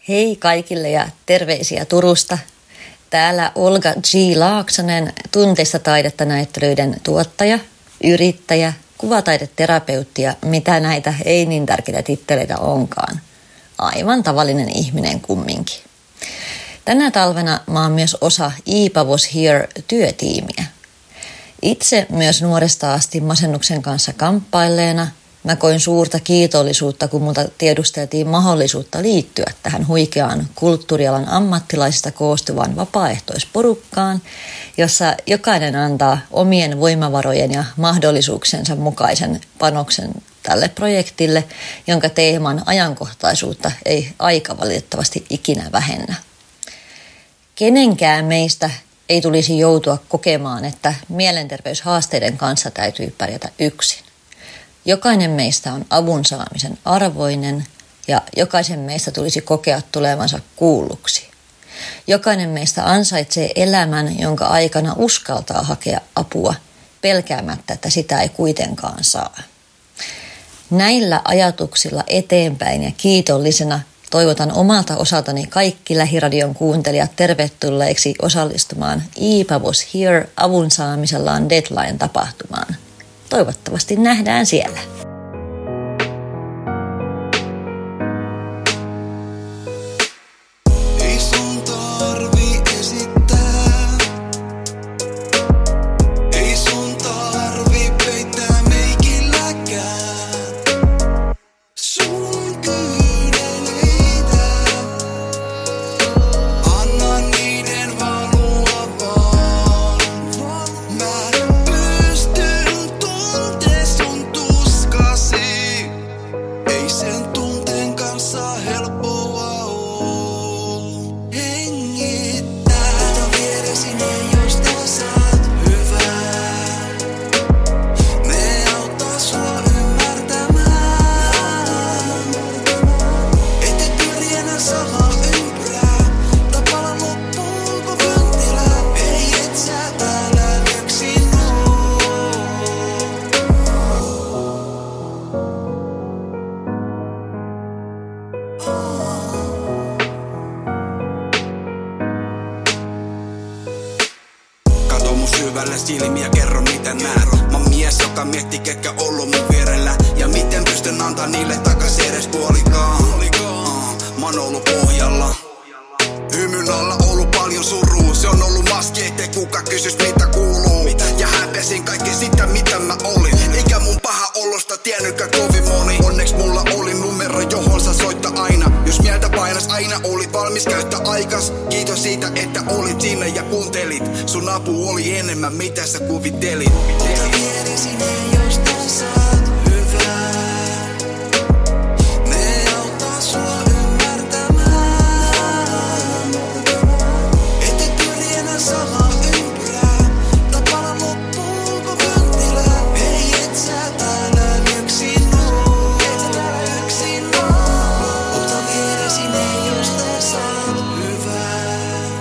Hei kaikille ja terveisiä Turusta. Täällä Olga G. Laaksonen, tunteista taidetta näyttelyiden tuottaja, yrittäjä, kuvataideterapeutti ja mitä näitä ei niin tärkeitä titteleitä onkaan. Aivan tavallinen ihminen kumminkin. Tänä talvena mä oon myös osa Iipa Was Here-työtiimiä. Itse myös nuoresta asti masennuksen kanssa kamppailleena mä koin suurta kiitollisuutta, kun multa tiedusteltiin mahdollisuutta liittyä tähän huikeaan kulttuurialan ammattilaisista koostuvaan vapaaehtoisporukkaan, jossa jokainen antaa omien voimavarojen ja mahdollisuuksensa mukaisen panoksen tälle projektille, jonka teeman ajankohtaisuutta ei aika valitettavasti ikinä vähennä. Kenenkään meistä ei tulisi joutua kokemaan, että mielenterveyshaasteiden kanssa täytyy pärjätä yksin. Jokainen meistä on avun saamisen arvoinen ja jokaisen meistä tulisi kokea tulevansa kuulluksi. Jokainen meistä ansaitsee elämän, jonka aikana uskaltaa hakea apua pelkäämättä, että sitä ei kuitenkaan saa. Näillä ajatuksilla eteenpäin ja kiitollisena toivotan omalta osaltani kaikki Lähiradion kuuntelijat tervetulleiksi osallistumaan Iipa Was Here avun saamisellaan Deadline-tapahtumaan. Toivottavasti nähdään siellä. Syvällä silmiä, kerro mitä näet. Mä oon mies, joka miettii ketkä ollut mun vierellä ja miten pystyn antaa niille takas edes puolikaan. Mä oon ollut pohjalla, hymyn alla ollut paljon surua. Se on ollut maski, ettei kuka kysys mitä kuuluu. Ja häpesin kaikki sitä mitä mä olin, eikä mun paha olosta tiennytkään kovin moni. Onneksi mulla oli numero johon sä soittaa aina. Jos mieltä painas aina olit valmis käyttää aikas. Kiitos siitä että olit siinä ja kuuntelit. Sun apu oli enemmän mitä sä kuvittelit. Ota vieresi ne jos saat hyvää. Ne auttaa sua ymmärtämään. Ette pyöri enää samaa ympyrää. Tapana loppuun kun kynttilää. Ei et sä täällä yksin oo. Et sä täällä yksin oo. Ota vieresi ne jos saat hyvää.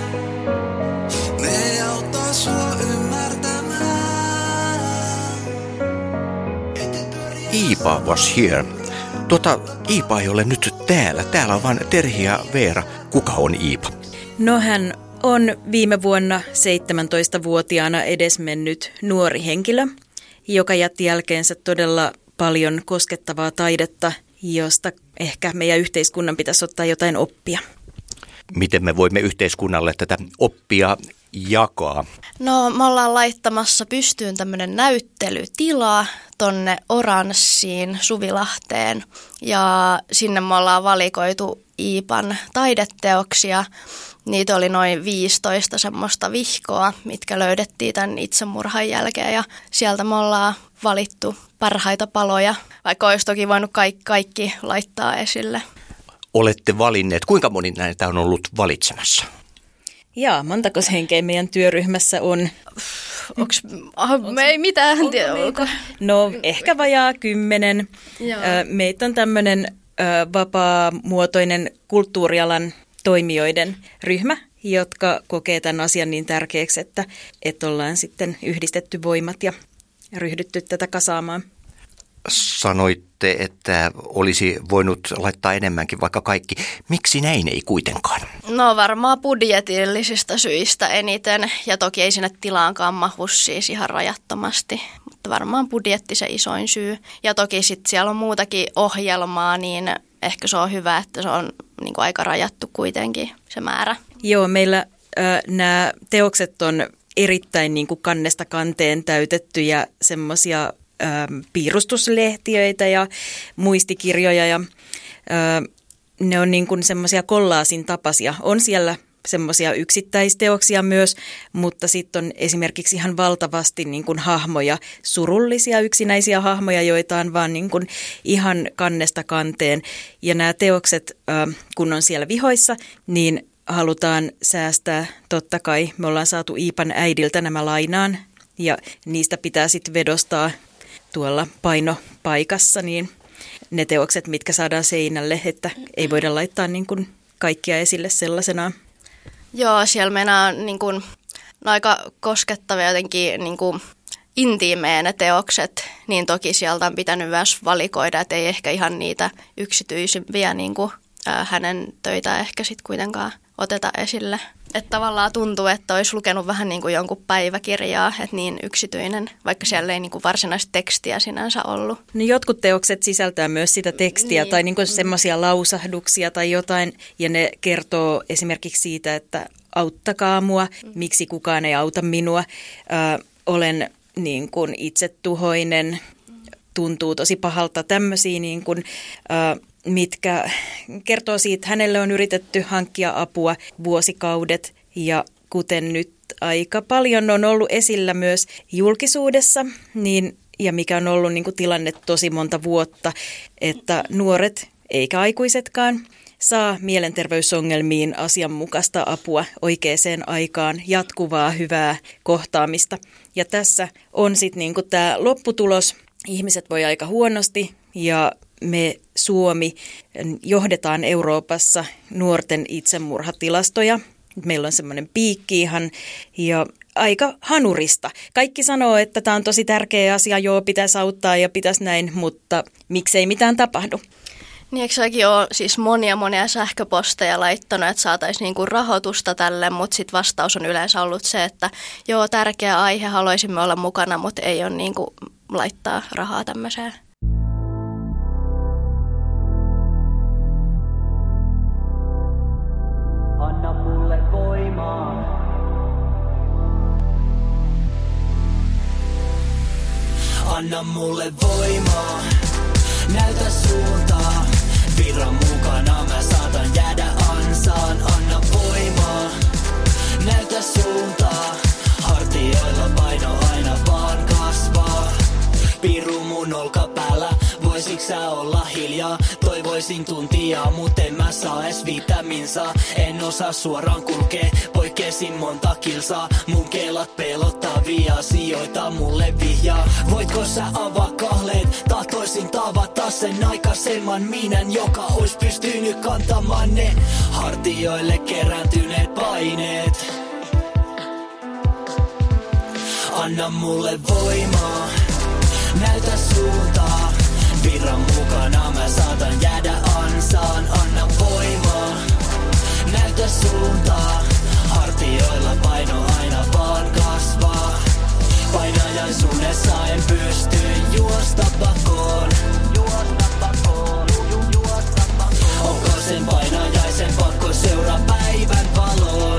Ne auttaa sua ymmärtämään. Iipa Was Here. Iipa ei ole nyt täällä. Täällä on vain Terhi ja Veera. Kuka on Iipa? No hän on viime vuonna 17-vuotiaana edesmennyt nuori henkilö, joka jätti jälkeensä todella paljon koskettavaa taidetta, josta ehkä meidän yhteiskunnan pitäisi ottaa jotain oppia. Miten me voimme yhteiskunnalle tätä oppia jakaa? No me ollaan laittamassa pystyyn tämmöinen näyttelytila tonne Oranssiin Suvilahteen ja sinne me ollaan valikoitu Iipan taideteoksia. Niitä oli noin 15 semmoista vihkoa, mitkä löydettiin tämän itsemurhan jälkeen ja sieltä me ollaan valittu parhaita paloja, vaikka olisi toki voinut kaikki laittaa esille. Olette valinneet. Kuinka moni näitä on ollut valitsemassa? Jaa, montako henkeä meidän työryhmässä on? Me ei mitään tiedä. No ehkä vajaa 10. Meitä on tämmöinen vapaamuotoinen kulttuurialan toimijoiden ryhmä, jotka kokee tämän asian niin tärkeäksi, että ollaan sitten yhdistetty voimat ja ryhdytty tätä kasaamaan. Sanoitte, että olisi voinut laittaa enemmänkin, vaikka kaikki. Miksi näin ei kuitenkaan? No varmaan budjetillisista syistä eniten, ja toki ei sinne tilaankaan mahdu siis ihan rajattomasti, mutta varmaan budjetti se isoin syy. Ja toki sitten siellä on muutakin ohjelmaa, niin ehkä se on hyvä, että se on niin kuin aika rajattu kuitenkin se määrä. Joo, meillä nämä teokset on erittäin niin kuin kannesta kanteen täytettyjä semmoisia piirustuslehtiöitä ja muistikirjoja ja ne on niin kuin semmoisia kollaasin tapaisia. On siellä semmoisia yksittäisteoksia myös, mutta sitten on esimerkiksi ihan valtavasti niin kuin hahmoja, surullisia yksinäisiä hahmoja, joita on vaan niin kuin ihan kannesta kanteen. Ja nämä teokset, kun on siellä vihoissa, niin halutaan säästää. Totta kai me ollaan saatu Iipan äidiltä nämä lainaan ja niistä pitää sitten vedostaa tuolla painopaikassa niin ne teokset, mitkä saadaan seinälle, että ei voida laittaa niin kuin kaikkia esille sellaisenaan. Joo, siellä mennään niin kuin, aika koskettavia jotenkin niin kuin intiimejä ne teokset, niin toki sieltä on pitänyt myös valikoida, että ei ehkä ihan niitä yksityisimpiä niin kuin, hänen töitä ehkä sitten kuitenkaan oteta esille. Että tavallaan tuntuu, että olisi lukenut vähän niin kuin jonkun päiväkirjaa, että niin yksityinen, vaikka siellä ei niin kuin varsinaista tekstiä sinänsä ollut. No jotkut teokset sisältää myös sitä tekstiä tai niin kuin semmoisia lausahduksia tai jotain, ja ne kertoo esimerkiksi siitä, että auttakaa mua, miksi kukaan ei auta minua, olen niin kuin itsetuhoinen, tuntuu tosi pahalta, tämmöisiä niin kuin, mitkä kertoo siitä, että hänelle on yritetty hankkia apua vuosikaudet ja kuten nyt aika paljon on ollut esillä myös julkisuudessa, niin, ja mikä on ollut niin kuin tilanne tosi monta vuotta, että nuoret eikä aikuisetkaan saa mielenterveysongelmiin asianmukaista apua oikeaan aikaan, jatkuvaa hyvää kohtaamista. Ja tässä on sitten niin kuin tämä lopputulos, ihmiset voi aika huonosti ja me Suomi johdetaan Euroopassa nuorten itsemurhatilastoja. Meillä on semmoinen piikki ihan ja aika hanurista. Kaikki sanoo, että tämä on tosi tärkeä asia, joo pitäisi auttaa ja pitäisi näin, mutta miksei mitään tapahdu. Niin eikö säkin ole siis monia sähköposteja laittanut, että saataisiin niinku rahoitusta tälle, mutta sitten vastaus on yleensä ollut se, että joo tärkeä aihe, haluaisimme olla mukana, mutta ei ole niinku laittaa rahaa tämmöiseen. Anna mulle voimaa. Anna mulle voimaa, näytä suuntaa. Virran mukana mä saatan jäädä ansaan. Anna voimaa, näytä suuntaa. Hartioilla paino aina vaan kasvaa. Piru mun olkapäällä, voisiks sä olla hiljaa? Toivoisin tuntia, mut en mä saa edes vitaminsaa. En osaa suoraan kulkee, poikkesin monta kilsaa. Mun keelat pelottavia asioita mulle vihjaa. Voitko sä avaa kahleet? Tahtoisin tavata sen aikaisemman minän, joka ois pystynyt kantamaan ne hartioille kerääntyneet paineet. Anna mulle voimaa, näytä suuntaa. Virran mukana mä saatan jäädä ansaan. Anna voimaa, näytä suuntaa. Hartioilla paino aina vaan kasvaa. Painajaisuudessa en pysty juosta pakoon. Onko sen painajaisen pakko seuraa päivän valoon?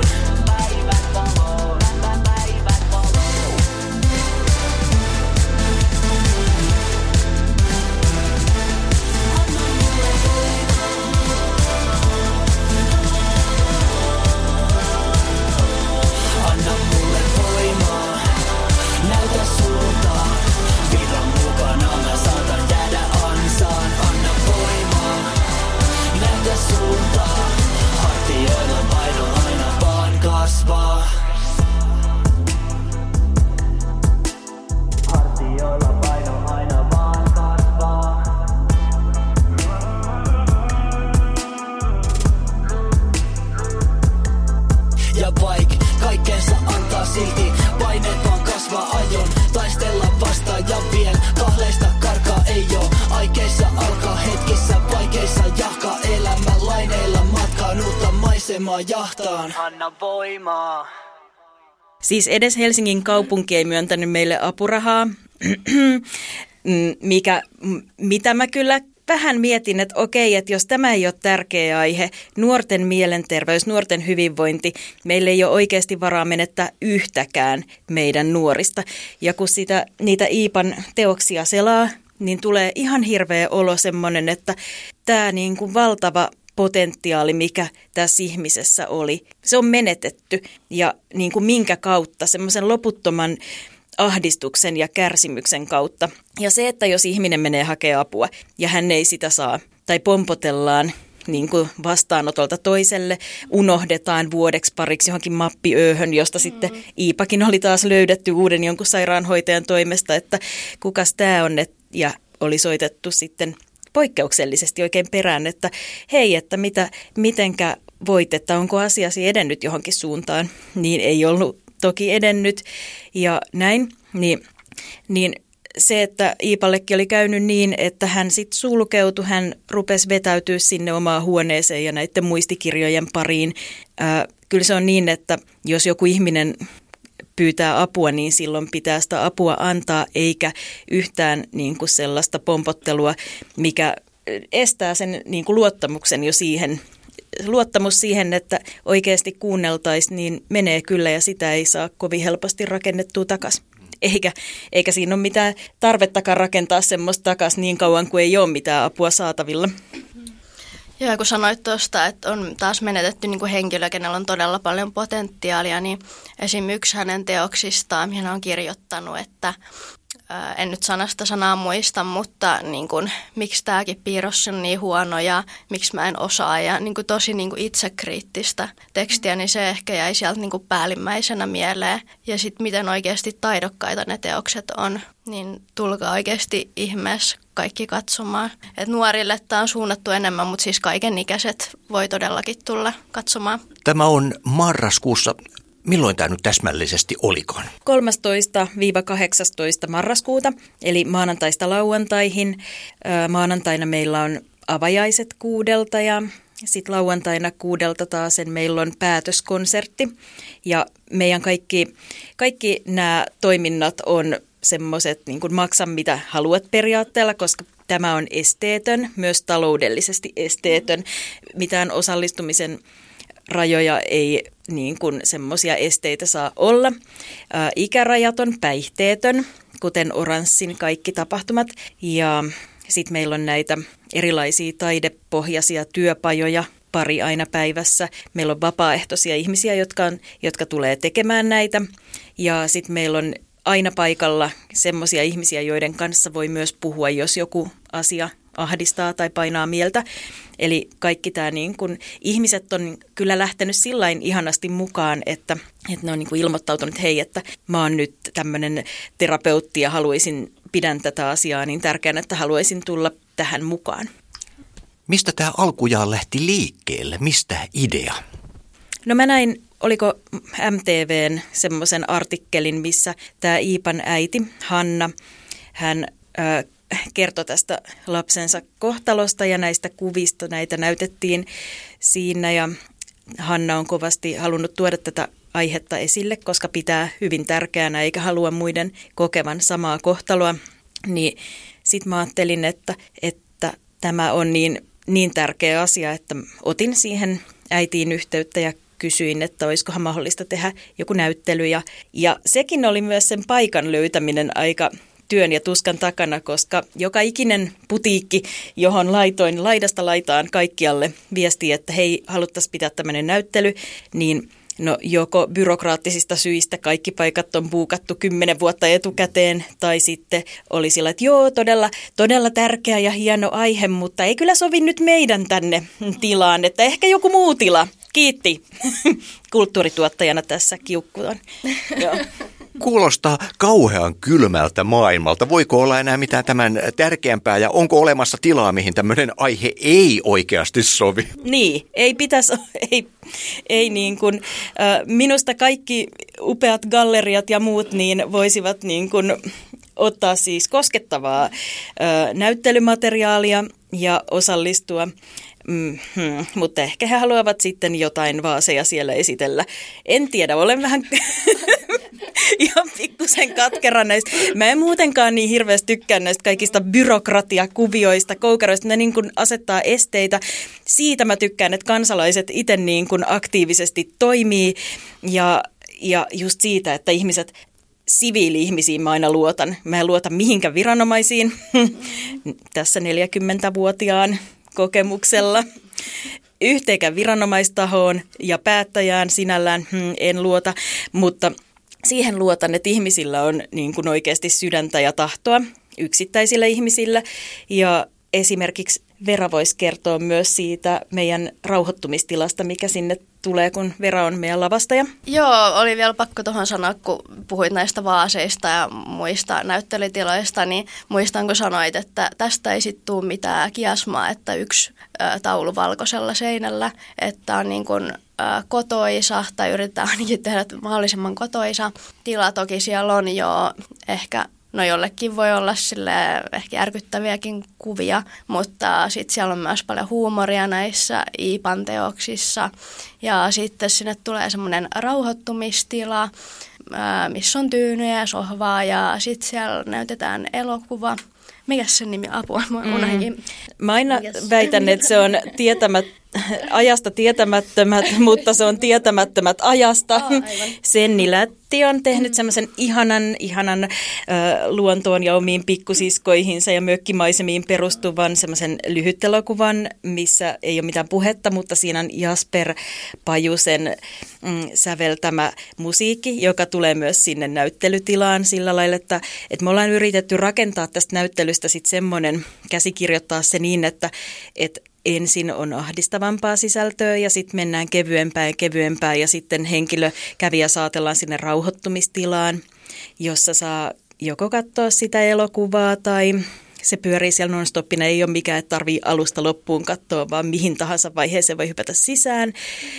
Ja vaik kaikkeensa antaa silti, paineet vaan kasvaa ajon. Taistella vastaan ja vielä kahleista karkaa ei oo. maisemaa jahtaan. Anna voimaa. Siis edes Helsingin kaupunki ei myöntänyt meille apurahaa, mitä mä kyllä vähän mietin, että okei, että jos tämä ei ole tärkeä aihe, nuorten mielenterveys, nuorten hyvinvointi, meillä ei ole oikeasti varaa menettää yhtäkään meidän nuorista. Ja kun niitä Iipan teoksia selaa, niin tulee ihan hirveä olo semmoinen, että tämä niin kuin valtava potentiaali, mikä tässä ihmisessä oli, se on menetetty. Ja niin kuin minkä kautta, semmoisen loputtoman ahdistuksen ja kärsimyksen kautta. Ja se, että jos ihminen menee hakemaan apua ja hän ei sitä saa tai pompotellaan niin kuin vastaanotolta toiselle, unohdetaan vuodeksi pariksi johonkin mappiööhön, josta sitten Iipakin oli taas löydetty uuden jonkun sairaanhoitajan toimesta, että kukas tämä on, ja oli soitettu sitten poikkeuksellisesti oikein perään, että hei, että mitenkä voit, että onko asiasi edennyt johonkin suuntaan, niin ei ollut toki edennyt ja näin, niin se, että Iipallekin oli käynyt niin, että hän sitten sulkeutui, hän rupesi vetäytyä sinne omaan huoneeseen ja näiden muistikirjojen pariin. Kyllä se on niin, että jos joku ihminen pyytää apua, niin silloin pitää sitä apua antaa, eikä yhtään niin kuin sellaista pompottelua, mikä estää sen niin kuin luottamuksen jo siihen. Luottamus siihen, että oikeasti kuunneltaisiin, niin menee kyllä ja sitä ei saa kovin helposti rakennettua takaisin. Eikä siinä ole mitään tarvettakaan rakentaa semmoista takaisin niin kauan kuin ei ole mitään apua saatavilla. Joo, kun sanoit tuosta, että on taas menetetty niin kuin henkilö, kenellä on todella paljon potentiaalia, niin esim. Yksi hänen teoksistaan, mihin hän on kirjoittanut, että en nyt sanasta sanaa muista, mutta niin kuin, miksi tämäkin piirros on niin huono ja miksi mä en osaa ja niin kuin, tosi niin kuin itsekriittistä tekstiä, niin se ehkä jäi sieltä niin kuin päällimmäisenä mieleen. Ja sitten miten oikeasti taidokkaita ne teokset on, niin tulkaa oikeasti ihmeessä kaikki katsomaan. Et nuorille tämä on suunnattu enemmän, mutta siis kaikenikäiset voi todellakin tulla katsomaan. Tämä on marraskuussa. Milloin tämä nyt täsmällisesti olikaan? 13-18 marraskuuta, eli maanantaista lauantaihin. Maanantaina meillä on avajaiset 6 ja sitten lauantaina 6 taas meillä on päätöskonsertti. Ja meidän kaikki nämä toiminnat on semmoiset niin kuin maksa mitä haluat periaatteella, koska tämä on esteetön, myös taloudellisesti esteetön. Mitään osallistumisen rajoja ei niin kuin semmoisia esteitä saa olla. Ikärajaton, päihteetön, kuten Oranssin kaikki tapahtumat. Ja sitten meillä on näitä erilaisia taidepohjaisia työpajoja, pari aina päivässä. Meillä on vapaaehtoisia ihmisiä, jotka tulee tekemään näitä. Ja sitten meillä on aina paikalla semmoisia ihmisiä, joiden kanssa voi myös puhua, jos joku asia ahdistaa tai painaa mieltä. Eli kaikki tämä niin kun, ihmiset on kyllä lähtenyt sillain ihanasti mukaan, että ne on niin kun ilmoittautunut, että hei, että mä oon nyt tämmöinen terapeutti ja pidän tätä asiaa niin tärkeänä, että haluaisin tulla tähän mukaan. Mistä tämä alkujaan lähti liikkeelle? Mistä idea? No mä näin, oliko MTVn semmoisen artikkelin, missä tämä Iipan äiti Hanna, hän kertoi tästä lapsensa kohtalosta ja näistä kuvista. Näitä näytettiin siinä ja Hanna on kovasti halunnut tuoda tätä aihetta esille, koska pitää hyvin tärkeänä eikä halua muiden kokevan samaa kohtaloa. Niin sitten mä ajattelin, että tämä on niin tärkeä asia, että otin siihen äitiin yhteyttä ja kysyin, että olisikohan mahdollista tehdä joku näyttely. Ja sekin oli myös sen paikan löytäminen aika työn ja tuskan takana, koska joka ikinen putiikki, johon laitoin laidasta laitaan kaikkialle viesti, että hei, haluttaisiin pitää tämmöinen näyttely, niin no joko byrokraattisista syistä kaikki paikat on buukattu 10 vuotta etukäteen, tai sitten oli sillä, että joo, todella tärkeä ja hieno aihe, mutta ei kyllä sovi nyt meidän tänne tilaan, että ehkä joku muu tila. Kiitti. Kulttuurituottajana tässä kiukkuun. Joo. Kuulostaa kauhean kylmältä maailmalta. Voiko olla enää mitään tämän tärkeämpää ja onko olemassa tilaa, mihin tämmöinen aihe ei oikeasti sovi? Niin, ei pitäisi, ei niin kuin, minusta kaikki upeat galleriat ja muut niin voisivat niin kuin ottaa siis koskettavaa näyttelymateriaalia ja osallistua Mutta ehkä he haluavat sitten jotain vaaseja siellä esitellä. En tiedä, olen vähän ihan pikkusen katkera näistä. Mä en muutenkaan niin hirveästi tykkää näistä kaikista byrokratiakuvioista, koukeroista. Ne niin kuin asettaa esteitä. Siitä mä tykkään, että kansalaiset itse niin kuin aktiivisesti toimii ja just siitä, että ihmiset, siviili-ihmisiin mä aina luotan. Mä en luota mihinkään viranomaisiin tässä 40-vuotiaan kokemuksella. Yhteenkään viranomaistahoon ja päättäjään sinällään en luota, mutta siihen luotan, että ihmisillä on niin kuin oikeasti sydäntä ja tahtoa, yksittäisillä ihmisillä. Ja esimerkiksi Vera voisi kertoa myös siitä meidän rauhoittumistilasta, mikä sinne tulee, kun Vera on meidän lavastaja. Joo, oli vielä pakko tuohon sanoa, kun puhuit näistä vaaseista ja muista näyttelytiloista, niin muistan, kun sanoit, että tästä ei sitten tule mitään kiasmaa, että yksi taulu valkoisella seinällä, että on niin kuin kotoisa, tai yritetään ainakin tehdä mahdollisimman kotoisa tila. Toki siellä on jo ehkä, no jollekin voi olla ehkä järkyttäviäkin kuvia, mutta sitten siellä on myös paljon huumoria näissä Iipan teoksissa. Ja sitten sinne tulee semmoinen rauhoittumistila, missä on tyynyjä ja sohvaa, ja sitten siellä näytetään elokuva. Mikäs sen nimi? Apua, mä unohdin. Mä aina väitän, että se on ajasta tietämättömät, mutta se on tietämättömät ajasta. Senni Lätti on tehnyt semmoisen ihanan luontoon ja omiin pikkusiskoihinsa ja mökkimaisemiin perustuvan semmoisen lyhytelokuvan, missä ei ole mitään puhetta, mutta siinä on Jasper Pajusen säveltämä musiikki, joka tulee myös sinne näyttelytilaan sillä lailla, että me ollaan yritetty rakentaa tästä näyttelystä sitten semmoinen, käsikirjoittaa se niin, että ensin on ahdistavampaa sisältöä ja sitten mennään kevyempään ja sitten henkilökävijä saatellaan sinne rauhoittumistilaan, jossa saa joko katsoa sitä elokuvaa tai se pyörii siellä non-stoppina. Ei ole mikään, että tarvii alusta loppuun katsoa, vaan mihin tahansa vaiheeseen voi hypätä sisään.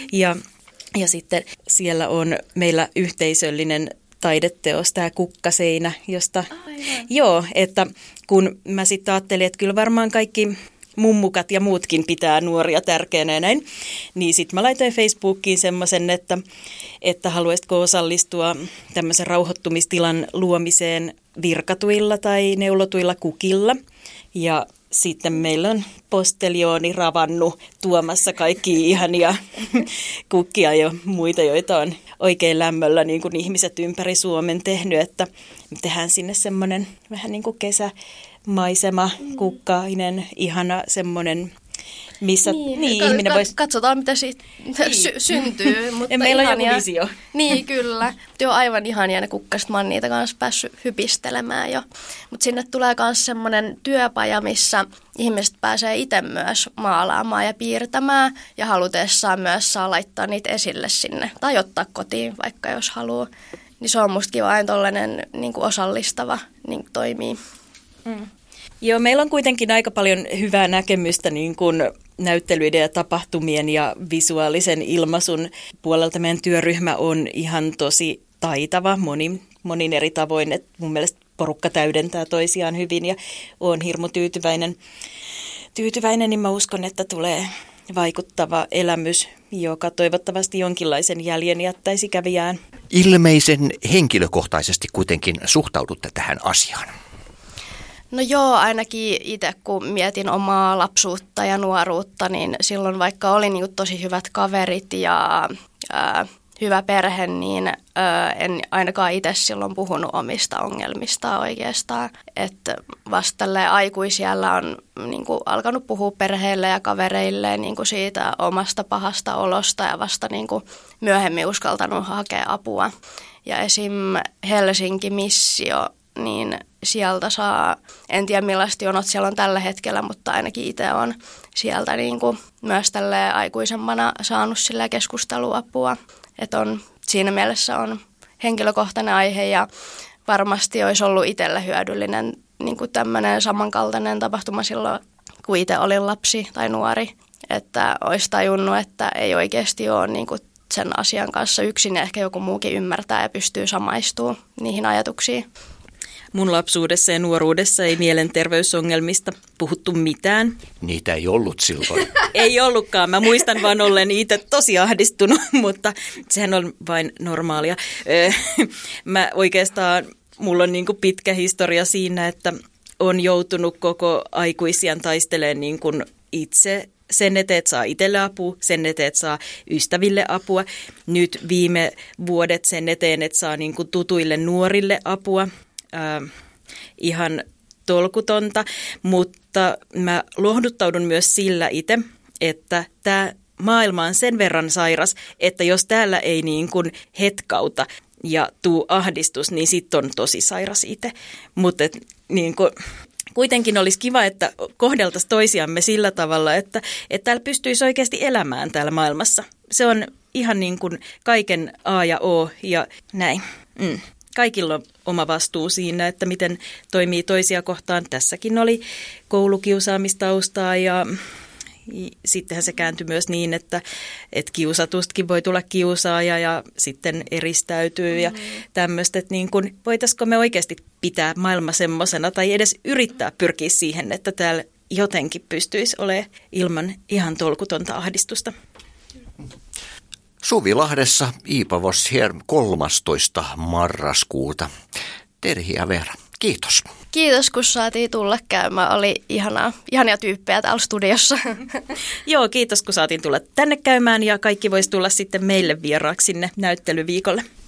Ja sitten siellä on meillä yhteisöllinen taideteos, tämä Kukkaseinä, josta joo, että kun mä sitten ajattelin, että kyllä varmaan kaikki mummukat ja muutkin pitää nuoria tärkeänä ja näin, niin sitten mä laitoin Facebookiin semmoisen, että haluaisitko osallistua tämmöisen rauhoittumistilan luomiseen virkatuilla tai neulotuilla kukilla. Ja sitten meillä on posteljooni ravannut tuomassa kaikki ihania kukkia ja muita, joita on oikein lämmöllä niin kuin ihmiset ympäri Suomen tehnyt, että me tehdään sinne semmoinen vähän niin kuin kesämaisema, kukkainen, ihana semmoinen, missä ihminen voisi... Katsotaan, mitä siitä syntyy. Mutta meillä on joku visio. Niin, kyllä. Joo, aivan ihania ne kukkaset. Mä oon niitä kanssa päässyt hypistelemään jo. Mutta sinne tulee myös semmoinen työpaja, missä ihmiset pääsee itse myös maalaamaan ja piirtämään. Ja halutessaan myös saa laittaa niitä esille sinne. Tai ottaa kotiin, vaikka jos haluaa. Niin se on musta kiva, aina tollainen niin kuin osallistava niin kuin toimii. Joo, meillä on kuitenkin aika paljon hyvää näkemystä niin kuin näyttelyiden ja tapahtumien ja visuaalisen ilmaisun puolelta. Meidän työryhmä on ihan tosi taitava monin eri tavoin. Et mun mielestä porukka täydentää toisiaan hyvin ja olen hirmu tyytyväinen, niin mä uskon, että tulee vaikuttava elämys, joka toivottavasti jonkinlaisen jäljen jättäisi kävijään. Ilmeisen henkilökohtaisesti kuitenkin suhtaudutte tähän asiaan. No joo, ainakin itse kun mietin omaa lapsuutta ja nuoruutta, niin silloin vaikka oli niin kuin tosi hyvät kaverit ja hyvä perhe, niin en ainakaan itse silloin puhunut omista ongelmista oikeastaan. Että vasta aikuisiällä on niin kuin alkanut puhua perheille ja kavereille niin kuin siitä omasta pahasta olosta ja vasta niin kuin myöhemmin uskaltanut hakea apua. Ja esim. Helsinki Missio, niin sieltä saa, en tiedä millaista jonot siellä on tällä hetkellä, mutta ainakin itse on sieltä niin kuin myös tälleen aikuisemmana saanut sillä keskusteluapua. Että on, siinä mielessä on henkilökohtainen aihe ja varmasti olisi ollut itselle hyödyllinen niin kuin tämmöinen samankaltainen tapahtuma silloin, kun itse olin lapsi tai nuori. Että olisi tajunnut, että ei oikeasti ole niin kuin sen asian kanssa yksin ja ehkä joku muukin ymmärtää ja pystyy samaistumaan niihin ajatuksiin. mun lapsuudessa ja nuoruudessa ei mielenterveysongelmista puhuttu mitään. Niitä ei ollut silloin. Ei ollutkaan. Mä muistan vaan ollen itse tosi ahdistunut, mutta sehän on vain normaalia. Mä oikeastaan, mulla on niin kuin pitkä historia siinä, että on joutunut koko aikuisiän taistelemaan niin kuin itse sen eteen, että saa itselle apua, sen eteen, että saa ystäville apua. Nyt viime vuodet sen eteen, että saa niin kuin tutuille nuorille apua. Ihan tolkutonta, mutta mä lohduttaudun myös sillä itse, että tämä maailma on sen verran sairas, että jos täällä ei niin kuin hetkauta ja tuu ahdistus, niin sitten on tosi sairas itse. Mutta niin kuin kuitenkin olisi kiva, että kohdeltaisiin toisiamme sillä tavalla, että täällä pystyisi oikeasti elämään täällä maailmassa. Se on ihan niin kuin kaiken A ja O ja näin. Kaikilla on oma vastuu siinä, että miten toimii toisia kohtaan. Tässäkin oli koulukiusaamistaustaa ja sittenhän se kääntyi myös niin, että kiusatustakin voi tulla kiusaaja ja sitten eristäytyy ja tämmöistä, että niin kuin, voitaisiko me oikeasti pitää maailma semmoisena tai edes yrittää pyrkiä siihen, että täällä jotenkin pystyisi olemaan ilman ihan tolkutonta ahdistusta. Suvilahdessa Iipa was here 13. marraskuuta. Terhi ja Veera, kiitos. Kiitos, kun saatiin tulla käymään. Oli ihania tyyppejä täällä studiossa. Joo, kiitos, kun saatiin tulla tänne käymään ja kaikki voisi tulla sitten meille vieraaksi sinne näyttelyviikolle.